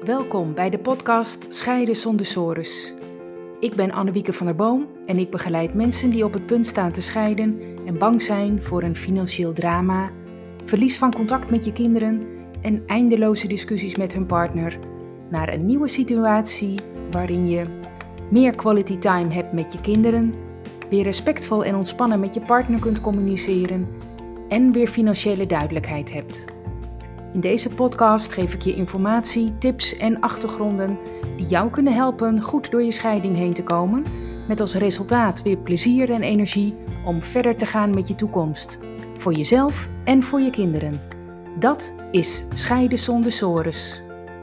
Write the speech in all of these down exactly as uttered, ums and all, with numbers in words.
Welkom bij de podcast Scheiden zonder sores. Ik ben Annewieke van der Boom en ik begeleid mensen die op het punt staan te scheiden en bang zijn voor een financieel drama, verlies van contact met je kinderen en eindeloze discussies met hun partner naar een nieuwe situatie waarin je meer quality time hebt met je kinderen, weer respectvol en ontspannen met je partner kunt communiceren en weer financiële duidelijkheid hebt. In deze podcast geef ik je informatie, tips en achtergronden die jou kunnen helpen goed door je scheiding heen te komen, met als resultaat weer plezier en energie om verder te gaan met je toekomst. Voor jezelf en voor je kinderen. Dat is Scheiden zonder sores.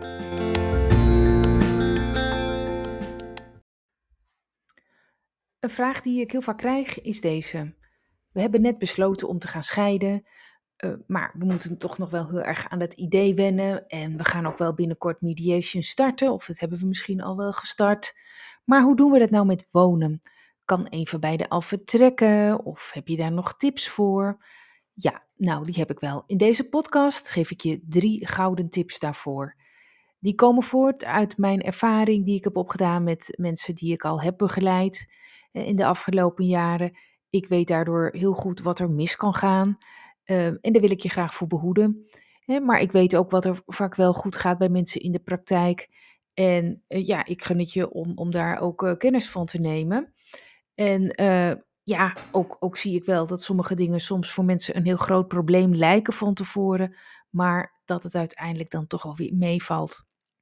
Een vraag die ik heel vaak krijg is deze. We hebben net besloten om te gaan scheiden. Uh, maar we moeten toch nog wel heel erg aan het idee wennen. En we gaan ook wel binnenkort mediation starten. Of dat hebben we misschien al wel gestart. Maar hoe doen we dat nou met wonen? Kan een van beiden al vertrekken? Of heb je daar nog tips voor? Ja, nou die heb ik wel. In deze podcast geef ik je drie gouden tips daarvoor. Die komen voort uit mijn ervaring die ik heb opgedaan met mensen die ik al heb begeleid uh, in de afgelopen jaren. Ik weet daardoor heel goed wat er mis kan gaan. Uh, en daar wil ik je graag voor behoeden. Hè, maar ik weet ook wat er vaak wel goed gaat bij mensen in de praktijk. En uh, ja, ik gun het je om, om daar ook uh, kennis van te nemen. En uh, ja, ook, ook zie ik wel dat sommige dingen soms voor mensen een heel groot probleem lijken van tevoren. Maar dat het uiteindelijk dan toch wel weer meevalt.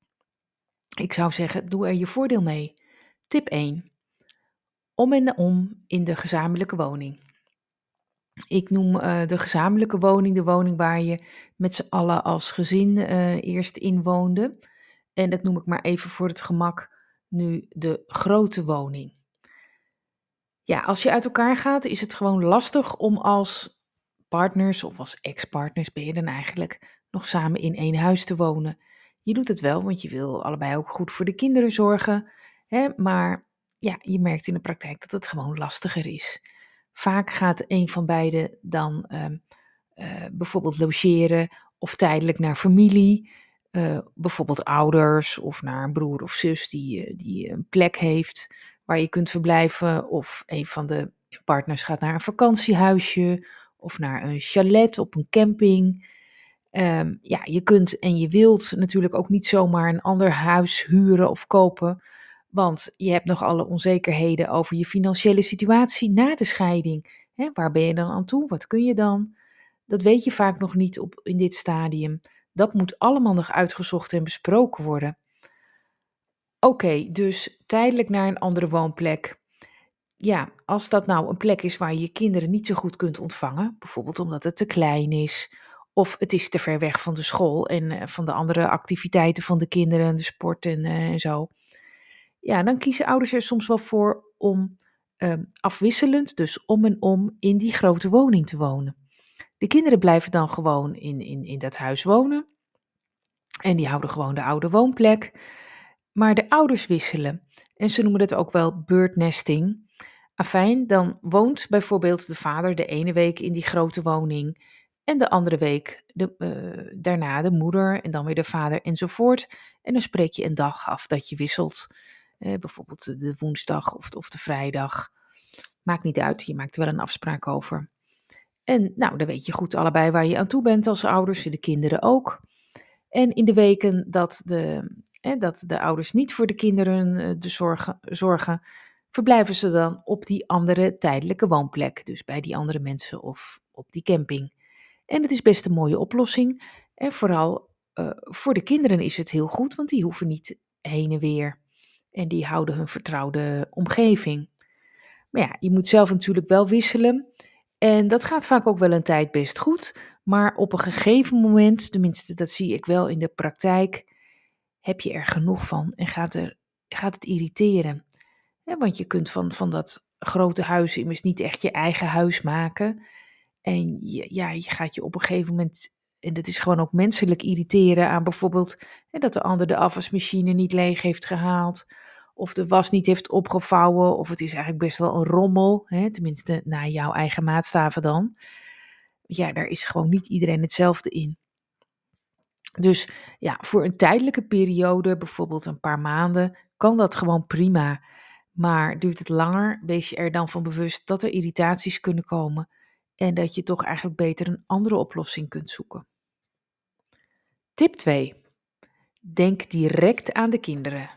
Ik zou zeggen, doe er je voordeel mee. Tip één. Om en om in de gezamenlijke woning. Ik noem uh, de gezamenlijke woning de woning waar je met z'n allen als gezin uh, eerst in woonde. En dat noem ik maar even voor het gemak nu de grote woning. Ja, als je uit elkaar gaat is het gewoon lastig om als partners of als ex-partners ben je dan eigenlijk nog samen in één huis te wonen. Je doet het wel, want je wil allebei ook goed voor de kinderen zorgen. Hè? Maar ja, je merkt in de praktijk dat het gewoon lastiger is. Vaak gaat een van beiden dan um, uh, bijvoorbeeld logeren of tijdelijk naar familie. Uh, bijvoorbeeld ouders of naar een broer of zus die, uh, die een plek heeft waar je kunt verblijven. Of een van de partners gaat naar een vakantiehuisje of naar een chalet op een camping. Um, ja, je kunt en je wilt natuurlijk ook niet zomaar een ander huis huren of kopen. Want je hebt nog alle onzekerheden over je financiële situatie na de scheiding. Hè, waar ben je dan aan toe? Wat kun je dan? Dat weet je vaak nog niet op, in dit stadium. Dat moet allemaal nog uitgezocht en besproken worden. Oké, okay, dus tijdelijk naar een andere woonplek. Ja, als dat nou een plek is waar je je kinderen niet zo goed kunt ontvangen, bijvoorbeeld omdat het te klein is, of het is te ver weg van de school en uh, van de andere activiteiten van de kinderen, de sport en, uh, en zo. Ja, dan kiezen ouders er soms wel voor om uh, afwisselend, dus om en om, in die grote woning te wonen. De kinderen blijven dan gewoon in, in, in dat huis wonen en die houden gewoon de oude woonplek. Maar de ouders wisselen en ze noemen dat ook wel birdnesting. Afijn, dan woont bijvoorbeeld de vader de ene week in die grote woning en de andere week de, uh, daarna de moeder en dan weer de vader enzovoort. En dan spreek je een dag af dat je wisselt. Uh, bijvoorbeeld de, de woensdag of de, of de vrijdag. Maakt niet uit, je maakt er wel een afspraak over. En nou, dan weet je goed allebei waar je aan toe bent als ouders, de kinderen ook. En in de weken dat de, eh, dat de ouders niet voor de kinderen uh, de zorgen, zorgen, verblijven ze dan op die andere tijdelijke woonplek. Dus bij die andere mensen of op die camping. En het is best een mooie oplossing. En vooral uh, voor de kinderen is het heel goed, want die hoeven niet heen en weer. En die houden hun vertrouwde omgeving. Maar ja, je moet zelf natuurlijk wel wisselen. En dat gaat vaak ook wel een tijd best goed. Maar op een gegeven moment, tenminste dat zie ik wel in de praktijk, heb je er genoeg van en gaat, er, gaat het irriteren. Ja, want je kunt van, van dat grote huis immers niet echt je eigen huis maken. En je, ja, je gaat je op een gegeven moment, en dat is gewoon ook menselijk, irriteren aan bijvoorbeeld hè, dat de ander de afwasmachine niet leeg heeft gehaald. Of de was niet heeft opgevouwen. Of het is eigenlijk best wel een rommel. Hè, tenminste, naar jouw eigen maatstaven dan. Ja, daar is gewoon niet iedereen hetzelfde in. Dus ja, voor een tijdelijke periode, bijvoorbeeld een paar maanden, kan dat gewoon prima. Maar duurt het langer, wees je er dan van bewust dat er irritaties kunnen komen en dat je toch eigenlijk beter een andere oplossing kunt zoeken. Tip twee. Denk direct aan de kinderen.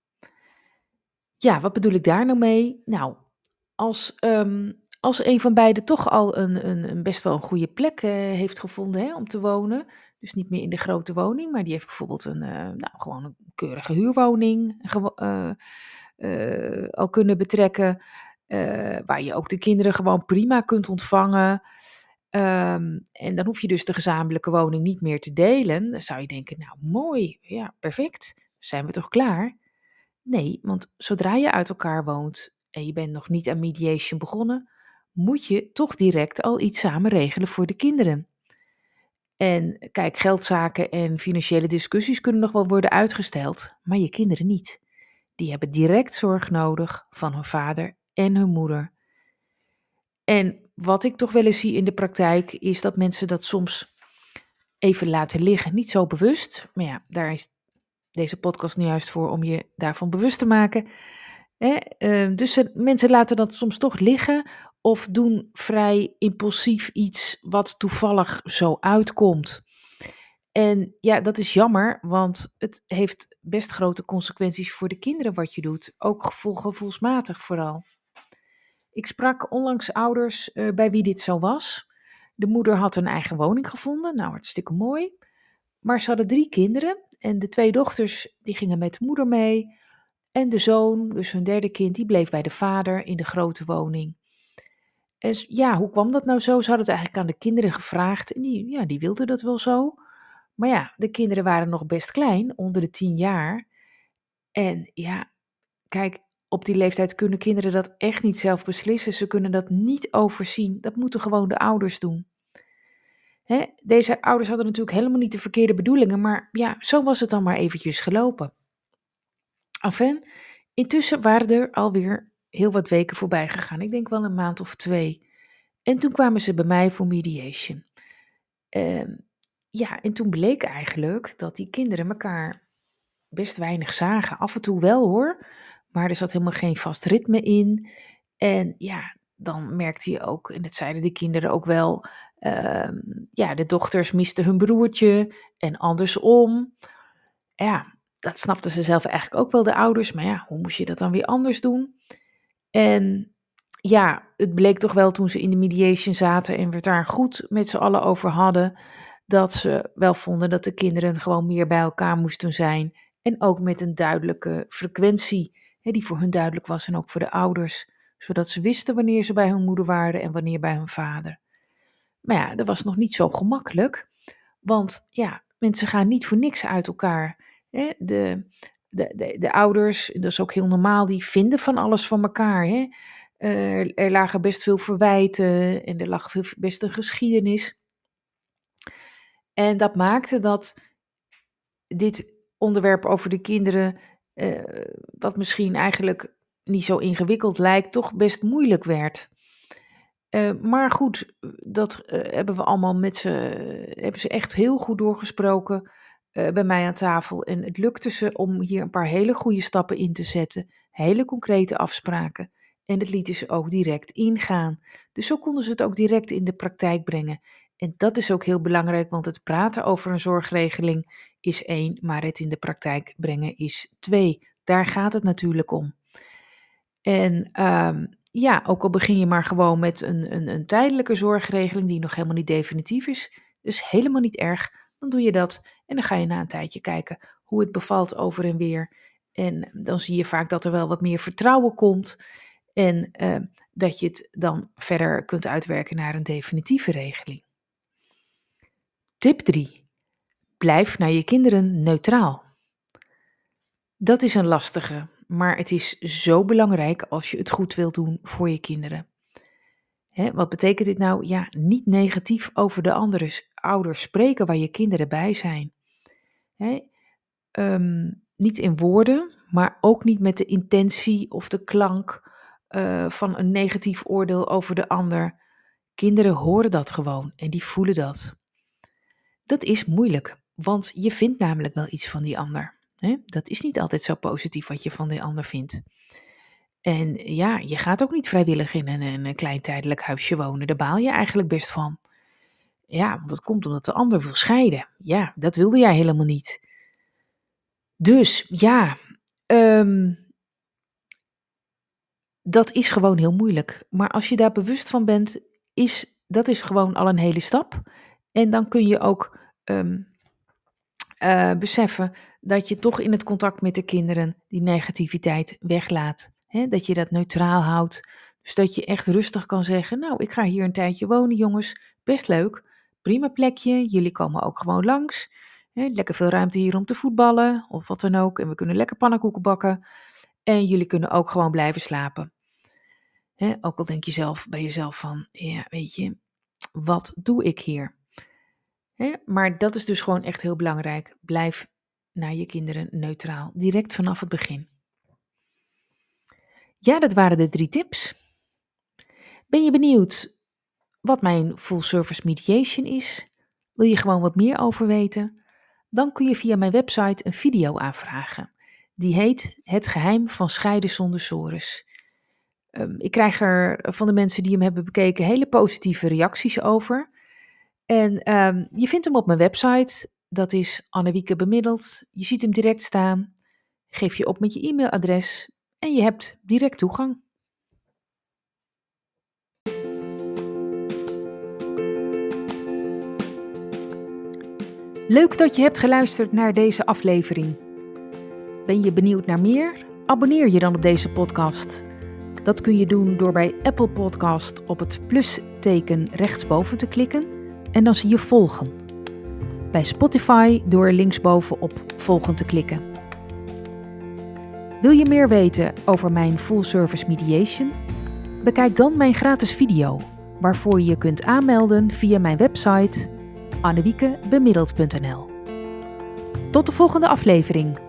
Ja, wat bedoel ik daar nou mee? Nou, als, ehm, als een van beiden toch al een, een, een best wel een goede plek eh, heeft gevonden hè, om te wonen, dus niet meer in de grote woning, maar die heeft bijvoorbeeld een, eh, nou, gewoon een keurige huurwoning gewo- eh, eh, al kunnen betrekken, eh, waar je ook de kinderen gewoon prima kunt ontvangen. Ehm, en dan hoef je dus de gezamenlijke woning niet meer te delen. Dan zou je denken, nou mooi, ja, perfect, zijn we toch klaar? Nee, want zodra je uit elkaar woont en je bent nog niet aan mediation begonnen, moet je toch direct al iets samen regelen voor de kinderen. En kijk, geldzaken en financiële discussies kunnen nog wel worden uitgesteld, maar je kinderen niet. Die hebben direct zorg nodig van hun vader en hun moeder. En wat ik toch wel eens zie in de praktijk, is dat mensen dat soms even laten liggen. Niet zo bewust, maar ja, daar is deze podcast nu juist voor om je daarvan bewust te maken. Hè? Ehm, dus ze- mensen laten dat soms toch liggen of doen vrij impulsief iets wat toevallig zo uitkomt. En ja, dat is jammer, want het heeft best grote consequenties voor de kinderen wat je doet. Ook gevoel, gevoelsmatig vooral. Ik sprak onlangs ouders eh, bij wie dit zo was. De moeder had een eigen woning gevonden, nou hartstikke mooi. Maar ze hadden drie kinderen en de twee dochters die gingen met de moeder mee. En de zoon, dus hun derde kind, die bleef bij de vader in de grote woning. En s- ja, hoe kwam dat nou zo? Ze hadden het eigenlijk aan de kinderen gevraagd en die, ja, die wilden dat wel zo. Maar ja, de kinderen waren nog best klein, onder de tien jaar. En ja, kijk, op die leeftijd kunnen kinderen dat echt niet zelf beslissen. Ze kunnen dat niet overzien. Dat moeten gewoon de ouders doen. Hè? Deze ouders hadden natuurlijk helemaal niet de verkeerde bedoelingen, maar ja, zo was het dan maar eventjes gelopen. Enfin, intussen waren er alweer heel wat weken voorbij gegaan. Ik denk wel een maand of twee. En toen kwamen ze bij mij voor mediation. Ehm, ja, en toen bleek eigenlijk dat die kinderen elkaar best weinig zagen. Af en toe wel hoor, maar er zat helemaal geen vast ritme in. En ja, dan merkte je ook, en dat zeiden de kinderen ook wel, ehm, ja, de dochters misten hun broertje en andersom. Ja, dat snapten ze zelf eigenlijk ook wel, de ouders. Maar ja, hoe moest je dat dan weer anders doen? En ja, het bleek toch wel toen ze in de mediation zaten en we het daar goed met z'n allen over hadden, dat ze wel vonden dat de kinderen gewoon meer bij elkaar moesten zijn. En ook met een duidelijke frequentie, hè, die voor hun duidelijk was en ook voor de ouders. Zodat ze wisten wanneer ze bij hun moeder waren en wanneer bij hun vader. Maar ja, dat was nog niet zo gemakkelijk. Want ja, mensen gaan niet voor niks uit elkaar. Hè? De, de, de, de ouders, dat is ook heel normaal, die vinden van alles van elkaar. Hè? Eh, er lagen best veel verwijten en er lag veel, best een geschiedenis. En dat maakte dat dit onderwerp over de kinderen, eh, wat misschien eigenlijk niet zo ingewikkeld lijkt, toch best moeilijk werd. Eh, maar goed, dat eh, hebben we allemaal met ze, hebben ze echt heel goed doorgesproken eh, bij mij aan tafel. En het lukte ze om hier een paar hele goede stappen in te zetten, hele concrete afspraken. En het lieten ze ook direct ingaan. Dus zo konden ze het ook direct in de praktijk brengen. En dat is ook heel belangrijk, want het praten over een zorgregeling is één, maar het in de praktijk brengen is twee. Daar gaat het natuurlijk om. En ehm, ja, ook al begin je maar gewoon met een, een, een tijdelijke zorgregeling die nog helemaal niet definitief is, dus helemaal niet erg, dan doe je dat en dan ga je na een tijdje kijken hoe het bevalt over en weer. En dan zie je vaak dat er wel wat meer vertrouwen komt en ehm, dat je het dan verder kunt uitwerken naar een definitieve regeling. Tip drie. Blijf naar je kinderen neutraal. Dat is een lastige, maar het is zo belangrijk als je het goed wilt doen voor je kinderen. Hè, wat betekent dit nou? Ja, niet negatief over de andere s- ouders spreken waar je kinderen bij zijn. Hè? Ehm, niet in woorden, maar ook niet met de intentie of de klank eh, van een negatief oordeel over de ander. Kinderen horen dat gewoon en die voelen dat. Dat is moeilijk. Want je vindt namelijk wel iets van die ander. Hè? Dat is niet altijd zo positief wat je van die ander vindt. En ja, je gaat ook niet vrijwillig in een, een klein tijdelijk huisje wonen. Daar baal je eigenlijk best van. Ja, want dat komt omdat de ander wil scheiden. Ja, dat wilde jij helemaal niet. Dus ja, um, dat is gewoon heel moeilijk. Maar als je daar bewust van bent, is dat is gewoon al een hele stap. En dan kun je ook um, uh, beseffen dat je toch in het contact met de kinderen die negativiteit weglaat. Hè? Dat je dat neutraal houdt. Dus dat je echt rustig kan zeggen, nou, ik ga hier een tijdje wonen, jongens. Best leuk. Prima plekje. Jullie komen ook gewoon langs. Hè? Lekker veel ruimte hier om te voetballen of wat dan ook. En we kunnen lekker pannenkoeken bakken. En jullie kunnen ook gewoon blijven slapen. Hè? Ook al denk je zelf bij jezelf van, ja, weet je, wat doe ik hier? Hè? Maar dat is dus gewoon echt heel belangrijk. Blijf naar je kinderen neutraal, direct vanaf het begin. Ja, dat waren de drie tips. Ben je benieuwd wat mijn full service mediation is? Wil je gewoon wat meer over weten? Dan kun je via mijn website een video aanvragen. Die heet Het geheim van scheiden zonder sores. Um, ik krijg er van de mensen die hem hebben bekeken hele positieve reacties over. En um, je vindt hem op mijn website. Dat is Annewieke Bemiddeld. Je ziet hem direct staan. Geef je op met je e-mailadres en je hebt direct toegang. Leuk dat je hebt geluisterd naar deze aflevering. Ben je benieuwd naar meer? Abonneer je dan op deze podcast. Dat kun je doen door bij Apple Podcast op het plusteken rechtsboven te klikken en dan zie je volgen. Bij Spotify door linksboven op volgen te klikken. Wil je meer weten over mijn full service mediation? Bekijk dan mijn gratis video, waarvoor je je kunt aanmelden via mijn website annewiekebemiddeld punt n l. Tot de volgende aflevering.